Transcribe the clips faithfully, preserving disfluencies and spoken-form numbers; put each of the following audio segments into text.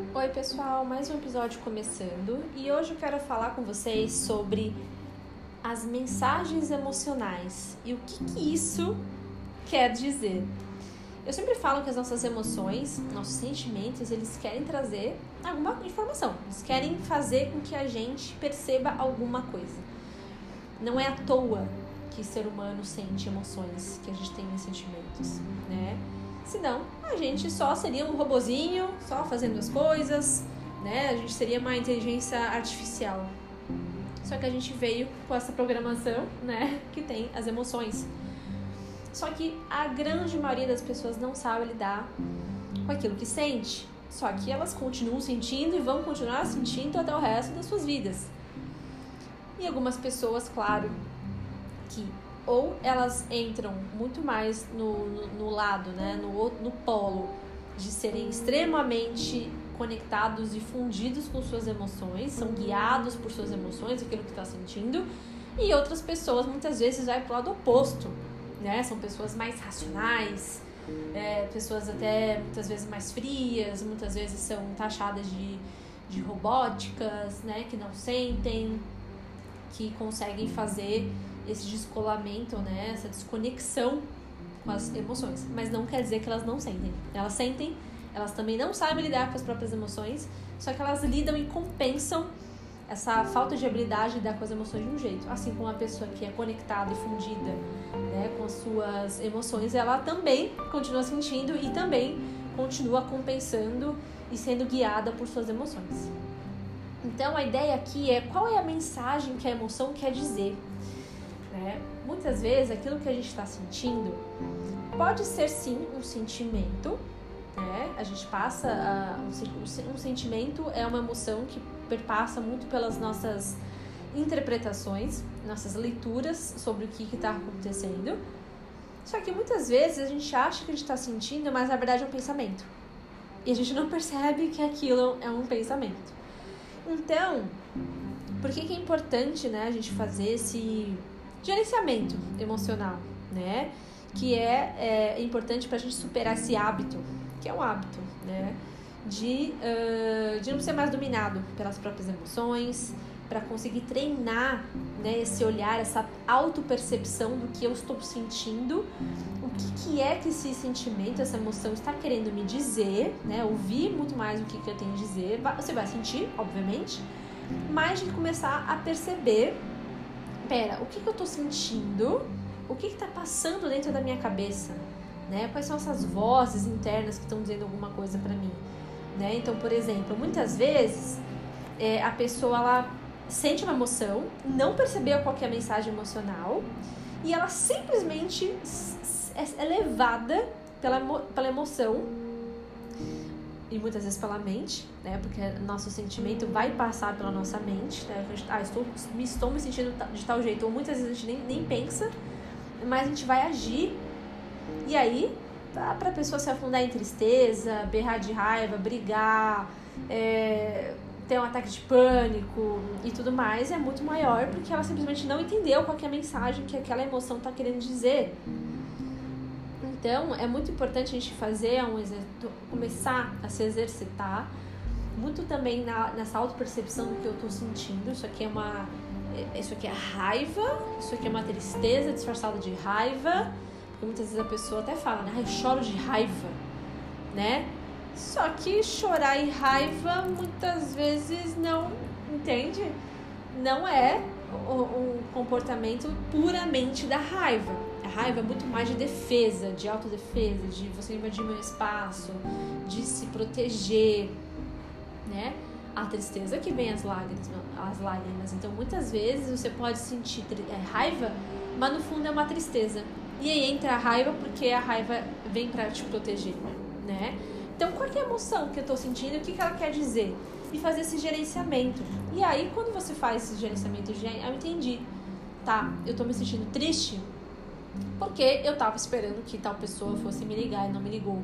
Oi pessoal, mais um episódio começando e hoje eu quero falar com vocês sobre as mensagens emocionais e o que, que isso quer dizer. Eu sempre falo que as nossas emoções, nossos sentimentos, eles querem trazer alguma informação, eles querem fazer com que a gente perceba alguma coisa. Não é à toa que o ser humano sente emoções, que a gente tem sentimentos, né? Senão, a gente só seria um robozinho, só fazendo as coisas, né? A gente seria uma inteligência artificial. Só que a gente veio com essa programação, né? Que tem as emoções. Só que a grande maioria das pessoas não sabe lidar com aquilo que sente. Só que elas continuam sentindo e vão continuar sentindo até o resto das suas vidas. E algumas pessoas, claro, que ou elas entram muito mais no, no, no lado, né, no, no polo de serem extremamente conectados e fundidos com suas emoções, são guiados por suas emoções, aquilo que está sentindo, e outras pessoas muitas vezes vai para o lado oposto, né, são pessoas mais racionais, é, pessoas até muitas vezes mais frias, muitas vezes são taxadas de, de robóticas, né, que não sentem, que conseguem fazer esse descolamento, né, essa desconexão com as emoções, mas não quer dizer que elas não sentem. Elas sentem, elas também não sabem lidar com as próprias emoções, só que elas lidam e compensam essa falta de habilidade de lidar com as emoções de um jeito. Assim como uma pessoa que é conectada e fundida, né, com as suas emoções, ela também continua sentindo e também continua compensando e sendo guiada por suas emoções. Então a ideia aqui é qual é a mensagem que a emoção quer dizer. Né? Muitas vezes aquilo que a gente está sentindo pode ser sim um sentimento, né? A gente passa a, um, um sentimento é uma emoção que perpassa muito pelas nossas interpretações, nossas leituras sobre o que está acontecendo. Só que muitas vezes a gente acha que a gente está sentindo, mas na verdade é um pensamento e a gente não percebe que aquilo é um pensamento. Então, por que que é importante, né, a gente fazer esse gerenciamento emocional, né? Que é, é importante para a gente superar esse hábito, que é um hábito, né? De, uh, de não ser mais dominado pelas próprias emoções, para conseguir treinar, né, esse olhar, essa autopercepção do que eu estou sentindo, o que, que é que esse sentimento, essa emoção está querendo me dizer, né? Ouvir muito mais o que, que eu tenho a dizer. Você vai sentir, obviamente, mas de começar a perceber, pera, o que, que eu tô sentindo? O que que tá passando dentro da minha cabeça? Né? Quais são essas vozes internas que estão dizendo alguma coisa pra mim? Né? Então, por exemplo, muitas vezes é, a pessoa ela sente uma emoção, não percebeu qual que é a mensagem emocional e ela simplesmente é levada pela, pela emoção e muitas vezes pela mente, né? Porque nosso sentimento vai passar pela nossa mente, né? Ah, estou, me, estou me sentindo de tal jeito, ou muitas vezes a gente nem, nem pensa, mas a gente vai agir, e aí, tá, pra pessoa se afundar em tristeza, berrar de raiva, brigar, é, ter um ataque de pânico e tudo mais, é muito maior, porque ela simplesmente não entendeu qual que é a mensagem que aquela emoção está querendo dizer. Então, é muito importante a gente fazer um exercício, começar a se exercitar, muito também na, nessa autopercepção do que eu estou sentindo. Isso aqui é uma, isso aqui é raiva, isso aqui é uma tristeza disfarçada de raiva, porque muitas vezes a pessoa até fala, né, eu choro de raiva, né? Só que chorar em raiva muitas vezes não, entende? Não é um comportamento puramente da raiva. A raiva é muito mais de defesa, de autodefesa, de você invadir meu espaço, de se proteger, né? A tristeza que vem as lágrimas, as lágrimas. Então, muitas vezes você pode sentir raiva, mas no fundo é uma tristeza. E aí entra a raiva porque a raiva vem pra te proteger, né? Então, qual que é a emoção que eu tô sentindo? O que que ela quer dizer? E fazer esse gerenciamento. E aí, quando você faz esse gerenciamento, eu entendi. Tá, eu tô me sentindo triste porque eu tava esperando que tal pessoa fosse me ligar e não me ligou.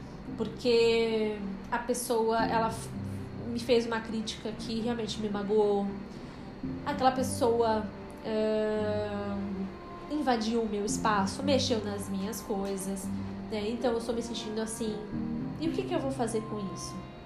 Porque a pessoa, ela me fez uma crítica que realmente me magoou. Aquela pessoa uh, invadiu o meu espaço, mexeu nas minhas coisas, né? Então eu estou me sentindo assim. E o que, que eu vou fazer com isso?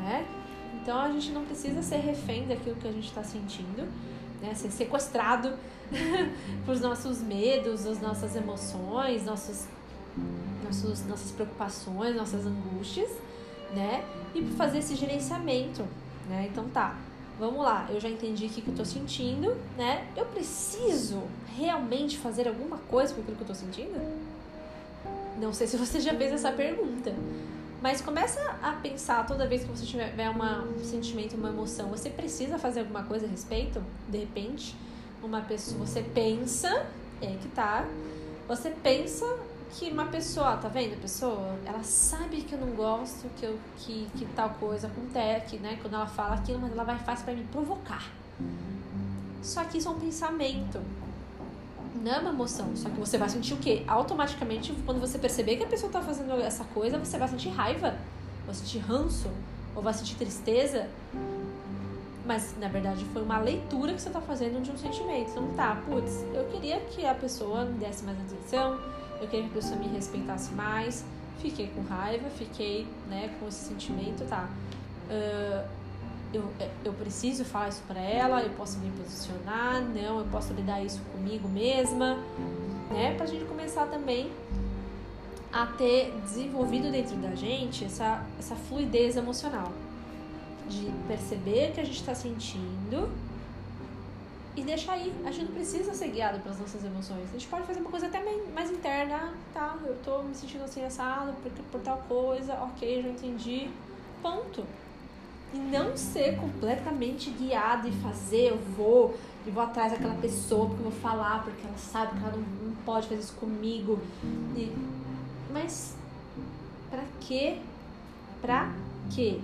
né? Então a gente não precisa ser refém daquilo que a gente está sentindo, né? Ser sequestrado por nossos medos, as nossas emoções, nossos, nossos, nossas preocupações, nossas angústias, né? E fazer esse gerenciamento, né? Então tá, vamos lá, eu já entendi o que, que eu tô sentindo, né? Eu preciso realmente fazer alguma coisa com aquilo que eu tô sentindo? Não sei se você já fez essa pergunta. Mas começa a pensar toda vez que você tiver uma, um sentimento, uma emoção, você precisa fazer alguma coisa a respeito? De repente, uma pessoa, você pensa, é que tá, você pensa que uma pessoa, tá vendo a pessoa? Ela sabe que eu não gosto, que, eu, que, que tal coisa acontece, né? Quando ela fala aquilo, mas ela vai faz pra me provocar. Só que isso é um pensamento. Não é uma emoção, só que você vai sentir o quê? Automaticamente, quando você perceber que a pessoa tá fazendo essa coisa, você vai sentir raiva, vai sentir ranço, ou vai sentir tristeza. Mas, na verdade, foi uma leitura que você tá fazendo de um sentimento. Então, tá, putz, eu queria que a pessoa me desse mais atenção, eu queria que a pessoa me respeitasse mais, fiquei com raiva, fiquei, né, com esse sentimento, tá. Uh, Eu, eu preciso falar isso pra ela, eu posso me posicionar, não, eu posso lidar isso comigo mesma, né? Pra gente começar também a ter desenvolvido dentro da gente essa, essa fluidez emocional, de perceber o que a gente tá sentindo e deixar ir. A gente não precisa ser guiado pelas nossas emoções, a gente pode fazer uma coisa até mais interna, tá? Eu tô me sentindo assim assado por, por tal coisa, ok, já entendi, ponto. E não ser completamente guiado e fazer, eu vou, e vou atrás daquela pessoa porque eu vou falar, porque ela sabe que ela não, não pode fazer isso comigo. E, mas, pra quê? Pra quê?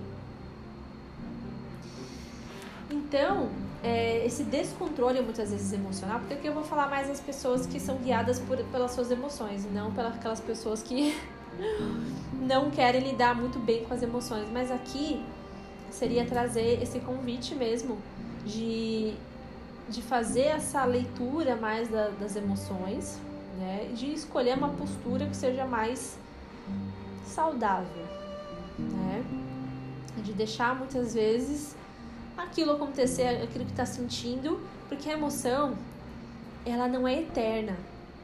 Então, é, esse descontrole muitas vezes emocional, porque aqui eu vou falar mais das pessoas que são guiadas por, pelas suas emoções, e não pelas aquelas pessoas que não querem lidar muito bem com as emoções. Mas aqui seria trazer esse convite mesmo de, de fazer essa leitura mais da, das emoções, né? De escolher uma postura que seja mais saudável, né? De deixar muitas vezes aquilo acontecer, aquilo que está sentindo, porque a emoção, ela não é eterna.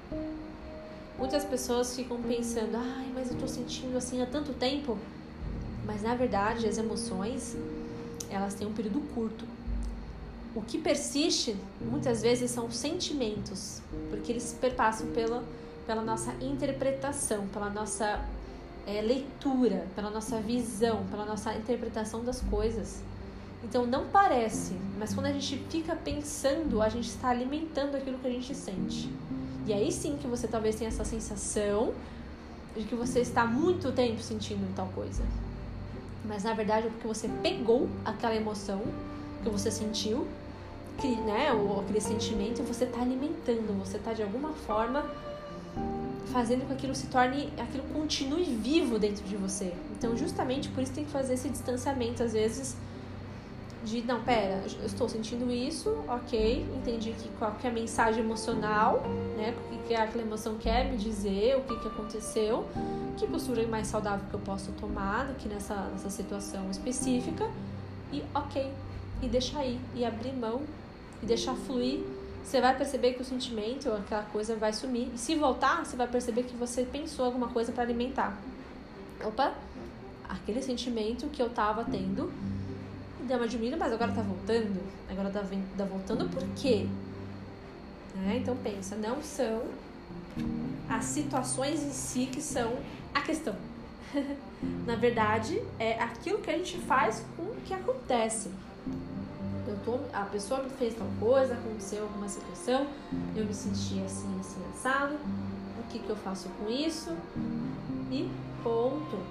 Muitas pessoas ficam pensando, ai, mas eu tô sentindo assim há tanto tempo. Mas, na verdade, as emoções, elas têm um período curto. O que persiste, muitas vezes, são os sentimentos, porque eles perpassam pela, pela nossa interpretação, pela nossa é, leitura, pela nossa visão, pela nossa interpretação das coisas. Então, não parece, mas quando a gente fica pensando, a gente está alimentando aquilo que a gente sente. E aí sim que você talvez tenha essa sensação de que você está muito tempo sentindo tal coisa. Mas na verdade é porque você pegou aquela emoção que você sentiu, que, né, ou aquele sentimento, e você está alimentando, você está de alguma forma fazendo com que aquilo se torne, aquilo continue vivo dentro de você. Então justamente por isso tem que fazer esse distanciamento às vezes de, não, pera, eu estou sentindo isso, ok, entendi que, qual que é a mensagem emocional, né, o que, que aquela emoção quer me dizer, o que, que aconteceu, que postura mais saudável que eu posso tomar aqui nessa, nessa situação específica, e ok, e deixar ir, e abrir mão, e deixar fluir. Você vai perceber que o sentimento, aquela coisa vai sumir, e se voltar, você vai perceber que você pensou alguma coisa para alimentar. Opa, aquele sentimento que eu tava tendo deu uma diminuída, mas agora tá voltando. Agora tá, tá voltando por quê? Né? Então pensa, não são as situações em si que são a questão. Na verdade, é aquilo que a gente faz com o que acontece. Eu tô, a pessoa me fez tal coisa, aconteceu alguma situação, eu me senti assim, assim, assado. O que que eu faço com isso? E ponto.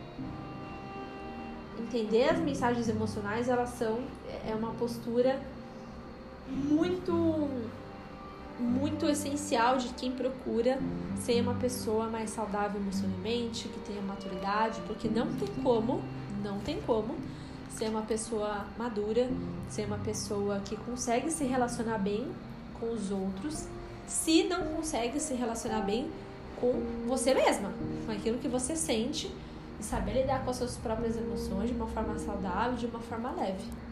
Entender as mensagens emocionais, elas são, é uma postura muito, muito essencial de quem procura ser uma pessoa mais saudável emocionalmente, que tenha maturidade, porque não tem como, não tem como ser uma pessoa madura, ser uma pessoa que consegue se relacionar bem com os outros, se não consegue se relacionar bem com você mesma, com aquilo que você sente e saber lidar com as suas próprias emoções de uma forma saudável, de uma forma leve.